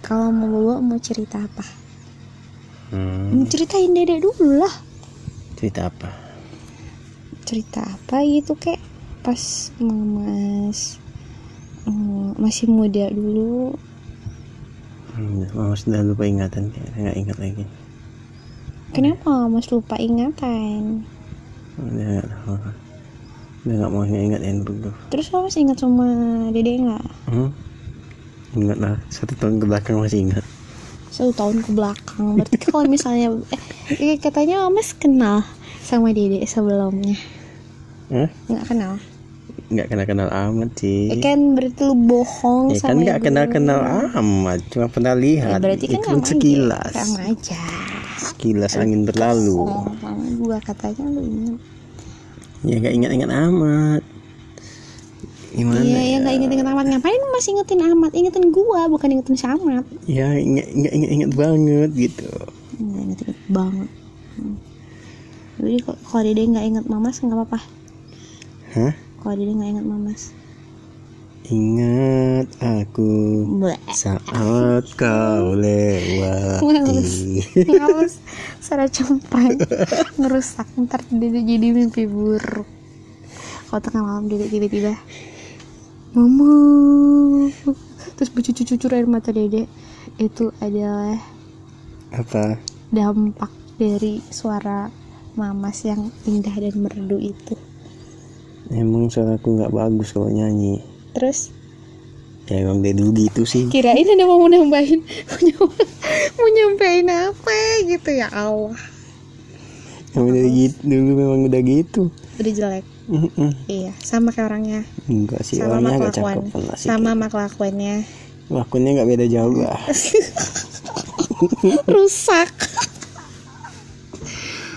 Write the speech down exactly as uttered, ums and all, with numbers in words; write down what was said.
Kalau mau bawa mau cerita apa? Hmm. Ceritain Dede dulu lah. Cerita apa? Cerita apa gitu kayak pas Mamas um, masih muda dulu. Hmm, Mama sudah lupa ingatan, nggak ingat lagi. Kenapa Mas lupa ingatan? Udah nggak tahu. Udah nggak mau ingat-ingat dulu. Terus Mas ingat sama Dede nggak? Hmm? Ingat lah, satu tahun ke belakang masih ingat. Satu tahun ke belakang. Berarti kalau misalnya eh, katanya Mas kenal sama Dede sebelumnya? Hah? Nggak kenal? Nggak kenal-kenal amat sih. Eh, kan berarti lu bohong Ya sama kan nggak ibu. kenal-kenal amat, cuma pernah lihat. Ya, berarti kan itu sama sekilas. aja. Sama aja. Sekilas angin berlalu. Oh, sama gua katanya lu ingat. Ya nggak ingat-ingat amat. Gimana? Iya, ya nggak inget-inget amat. Ngapain Mas ingetin amat? Ingetin gua, bukan ingetin si Amat. Ya ingat ingat ingat ingat banget gitu. Nggak inget-inget banget. Hmm. Jadi kok kalau Dede nggak inget Mamas nggak apa-apa. Hah? Kalau Dede nggak inget Mamas. Ingat aku Bleh. saat kau lewati. Males suara cempreng ngerusak, ntar Dede jadi mimpi buruk. Kalau tengah malam Dede tiba-tiba Mama, terus bercucur-cucur air mata Dede, itu adalah Apa? dampak dari suara Mamas yang indah dan merdu itu. Emang suaraku nggak bagus kalau nyanyi. Terus Ya emang dari dulu gitu sih. kirain ada mau nambahin mau nyam- mau nyampein apa gitu, ya Allah. Emang dari gitu dulu memang udah gitu. Udah jelek. Mm-mm. Iya, sama kayak orangnya. Enggak sih, Sama orangnya mak nggak lakuan. cakep pernah sih. Sama mak lakuannya. Lakuannya nggak beda jauh lah. Rusak.